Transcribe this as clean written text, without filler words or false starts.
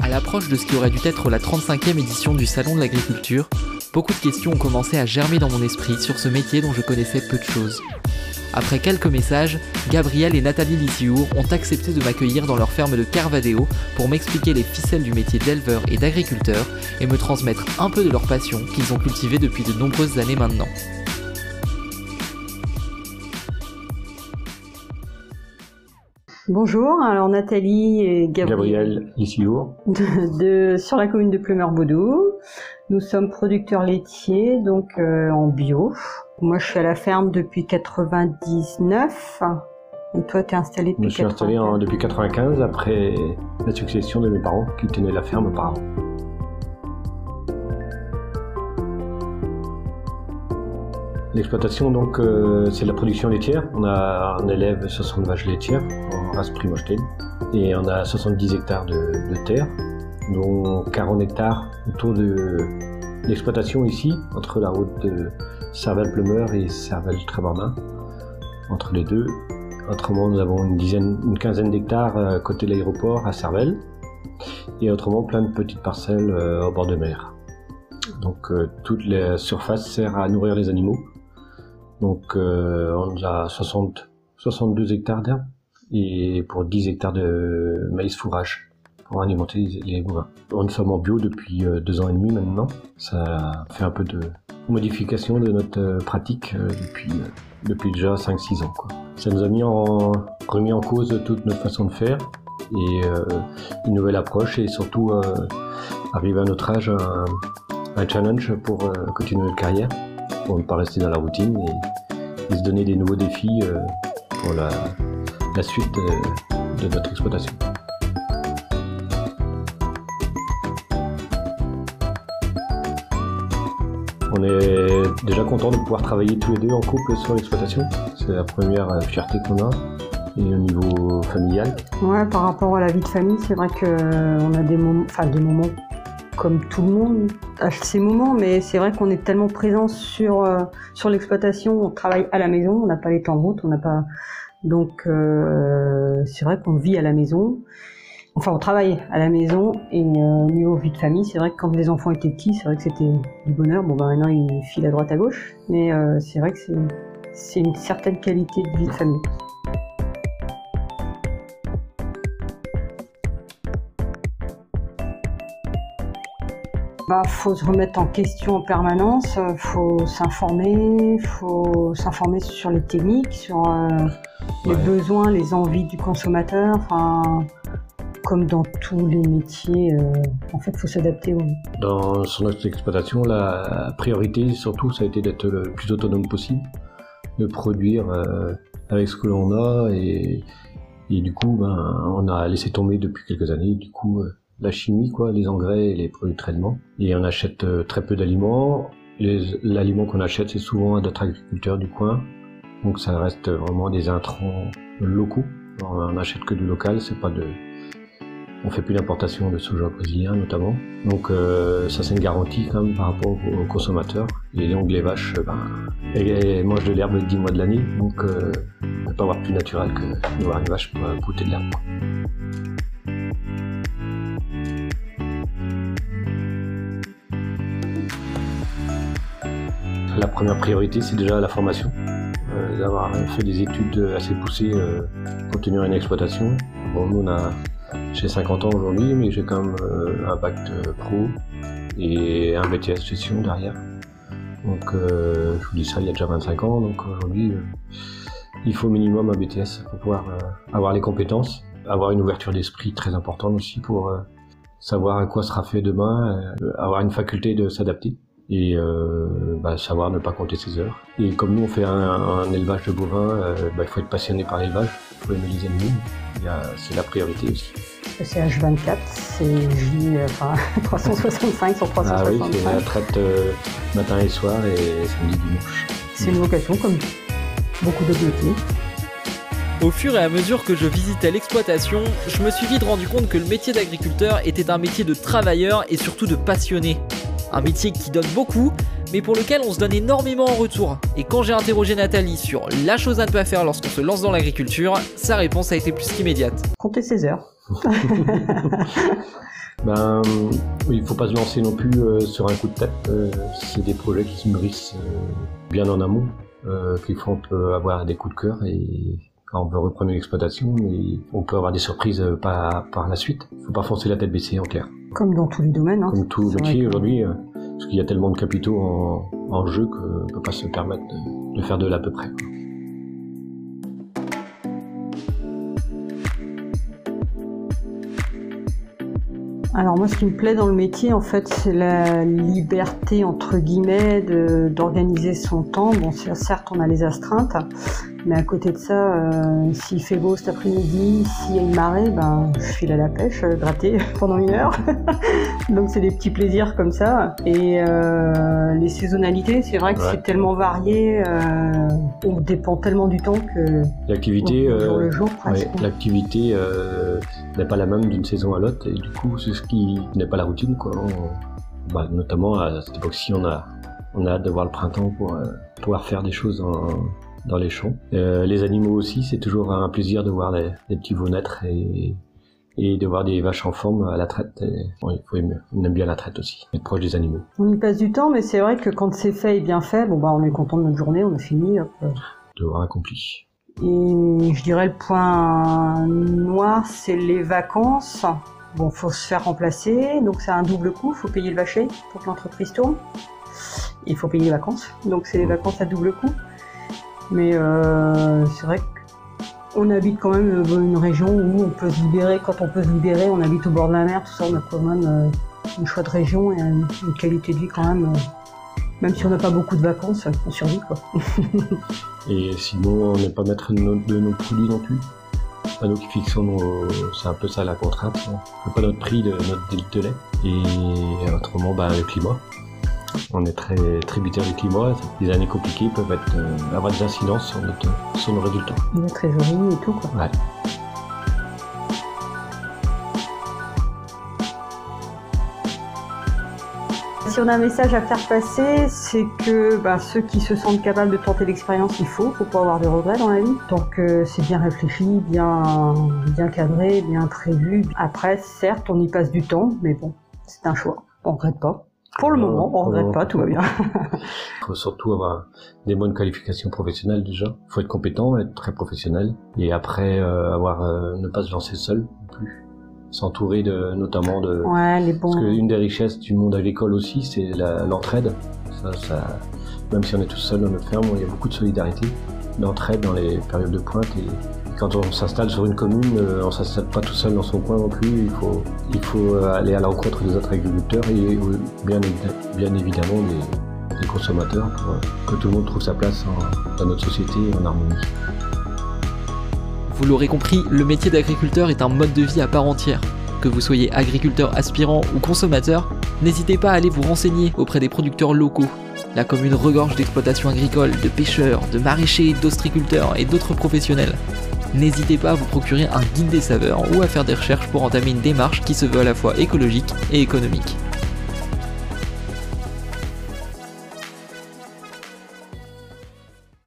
À l'approche de ce qui aurait dû être la 35e édition du Salon de l'Agriculture, beaucoup de questions ont commencé à germer dans mon esprit sur ce métier dont je connaissais peu de choses. Après quelques messages, Gabriel et Nathalie Lissiour ont accepté de m'accueillir dans leur ferme de Carvadeo pour m'expliquer les ficelles du métier d'éleveur et d'agriculteur et me transmettre un peu de leur passion qu'ils ont cultivée depuis de nombreuses années maintenant. Bonjour, alors Nathalie et Gabriel Lissiour sur la commune de Pleumeur-Baudou. Nous sommes producteurs laitiers, donc en bio. Moi, je suis à la ferme depuis 99. Et toi, tu es installé depuis 95? Je suis installé depuis 95, après la succession de mes parents qui tenaient la ferme auparavant. L'exploitation, donc, c'est la production laitière. On élève 60 vaches laitières en race Primostein et on a 70 hectares de terre, dont 40 hectares autour de l'exploitation ici, entre la route de Serval-Pleumeur et Serval-Trébornin, entre les deux. Autrement, nous avons une quinzaine d'hectares côté de l'aéroport à Serval, et autrement plein de petites parcelles au bord de mer. Donc toute la surface sert à nourrir les animaux. Donc on a 62 hectares d'herbe et pour 10 hectares de maïs fourrage pour alimenter les bovins. Nous sommes en bio depuis 2 ans et demi maintenant. Ça fait un peu de modification de notre pratique depuis déjà 5-6 ans, quoi. Ça nous a remis en cause toute notre façon de faire et une nouvelle approche et surtout arriver à notre âge un challenge pour continuer notre carrière, pour ne pas rester dans la routine et se donner des nouveaux défis pour la suite de notre exploitation. On est déjà content de pouvoir travailler tous les deux en couple sur l'exploitation. C'est la première fierté qu'on a. Et au niveau familial. Ouais, par rapport à la vie de famille, c'est vrai qu'on a des moments comme tout le monde a ces moments, mais c'est vrai qu'on est tellement présent sur l'exploitation, on travaille à la maison, on n'a pas les temps de route, on n'a pas. Donc c'est vrai qu'on vit à la maison. Enfin, on travaille à la maison et au niveau vie de famille, c'est vrai que quand les enfants étaient petits, c'est vrai que c'était du bonheur. Bon, maintenant ils filent à droite à gauche, mais c'est vrai que c'est une certaine qualité de vie de famille. Faut se remettre en question en permanence, faut s'informer sur les techniques, sur les besoins, les envies du consommateur. Enfin, comme dans tous les métiers, en fait, faut s'adapter. Sur notre exploitation, la priorité, surtout, ça a été d'être le plus autonome possible, de produire avec ce que l'on a, et du coup, on a laissé tomber depuis quelques années. Du coup, la chimie, les engrais et les produits de traitement. Et on achète très peu d'aliments. L'aliment qu'on achète, c'est souvent à d'autres agriculteurs du coin. Donc ça reste vraiment des intrants locaux. On n'achète que du local, on fait plus d'importation de soja brésilien notamment. Donc ça c'est une garantie quand même par rapport aux consommateurs. Et donc les vaches, elles mangent de l'herbe 10 mois de l'année. Donc on ne peut pas avoir plus naturel que d'avoir une vache pour goûter de l'herbe. La première priorité, c'est déjà la formation, d'avoir fait des études assez poussées pour tenir une exploitation. Bon, nous, j'ai 50 ans aujourd'hui, mais j'ai quand même un bac pro et un BTS gestion derrière. Donc, je vous dis ça il y a déjà 25 ans, donc aujourd'hui, il faut au minimum un BTS pour pouvoir avoir les compétences, avoir une ouverture d'esprit très importante aussi pour savoir à quoi sera fait demain, avoir une faculté de s'adapter. Et savoir ne pas compter ses heures. Et comme nous on fait un élevage de bovins, il faut être passionné par l'élevage, il faut aimer les animaux, c'est la priorité aussi. C'est H24, c'est 365 sur 365. Ah oui, c'est la traite matin et soir et samedi dimanche. C'est une vocation comme beaucoup d'autres métiers. Au fur et à mesure que je visitais l'exploitation, je me suis vite rendu compte que le métier d'agriculteur était un métier de travailleur et surtout de passionné. Un métier qui donne beaucoup, mais pour lequel on se donne énormément en retour. Et quand j'ai interrogé Nathalie sur la chose à ne pas faire lorsqu'on se lance dans l'agriculture, sa réponse a été plus qu'immédiate. Compter ses heures. Il ne faut pas se lancer non plus sur un coup de tête. C'est des projets qui se mûrissent bien en amont, qui font on peut avoir des coups de cœur et quand on veut reprendre une exploitation, on peut avoir des surprises par la suite. Il ne faut pas forcer la tête baissée en clair. Comme dans tous les domaines. Hein. Comme tout métier aujourd'hui, parce qu'il y a tellement de capitaux en jeu qu'on ne peut pas se permettre de faire de l'à peu près. Alors moi, ce qui me plaît dans le métier, en fait, c'est la liberté, entre guillemets, d'organiser son temps. Bon, certes, on a les astreintes, mais à côté de ça, s'il fait beau cet après-midi, s'il y a une marée, je file à la pêche, gratter pendant 1 heure. Donc c'est des petits plaisirs comme ça. Et les saisonnalités, c'est vrai que c'est tellement varié, on dépend tellement du temps que l'activité, jour le jour presque. L'activité n'est pas la même d'une saison à l'autre, et du coup c'est ce qui n'est pas la routine, quoi. Notamment à cette époque-ci, on a hâte de voir le printemps pour pouvoir faire des choses dans les champs. Les animaux aussi, c'est toujours un plaisir de voir des petits veaux naître et de voir des vaches en forme à la traite. On aime bien la traite aussi, être proche des animaux. On y passe du temps, mais c'est vrai que quand c'est fait et bien fait, on est content de notre journée, on a fini. Devoir accompli. Et je dirais le point noir, c'est les vacances. Bon, faut se faire remplacer, donc c'est un double coût, faut payer le vacher pour que l'entreprise tourne. Il faut payer les vacances, donc c'est les vacances à double coût. Mais c'est vrai qu'on habite quand même une région où on peut se libérer. Quand on peut se libérer, on habite au bord de la mer, tout ça, on a quand même une chouette région et une qualité de vie quand même. Même si on n'a pas beaucoup de vacances, on survit, quoi. Et sinon, on n'est pas maître de nos produits non plus. Nous qui fixons c'est un peu ça la contrainte. On ne fait pas notre prix de notre litre de lait. Et autrement, le climat. On est très tributaire du climat. Les années compliquées peuvent avoir des incidences sur nos résultats. La trésorerie et tout, quoi. Ouais. Si on a un message à faire passer, c'est que ceux qui se sentent capables de tenter l'expérience, il faut pas avoir de regrets dans la vie. Donc c'est bien réfléchi, bien cadré, bien prévu. Après, certes, on y passe du temps, mais bon, c'est un choix. On regrette pas. Pour le moment, on regrette pas, tout va bien. Il faut surtout avoir des bonnes qualifications professionnelles déjà. Il faut être compétent, être très professionnel. Et après, ne pas se lancer seul non plus. S'entourer notamment de... les bons... Parce qu'une des richesses du monde agricole aussi, c'est l'entraide. Ça, même si on est tout seul dans notre ferme, il y a beaucoup de solidarité, d'entraide dans les périodes de pointe. Et quand on s'installe sur une commune, on s'installe pas tout seul dans son coin non plus. Il faut aller à la rencontre des autres agriculteurs et bien évidemment des consommateurs pour que tout le monde trouve sa place dans notre société en harmonie. Vous l'aurez compris, le métier d'agriculteur est un mode de vie à part entière. Que vous soyez agriculteur aspirant ou consommateur, n'hésitez pas à aller vous renseigner auprès des producteurs locaux. La commune regorge d'exploitations agricoles, de pêcheurs, de maraîchers, d'ostriculteurs et d'autres professionnels. N'hésitez pas à vous procurer un guide des saveurs ou à faire des recherches pour entamer une démarche qui se veut à la fois écologique et économique.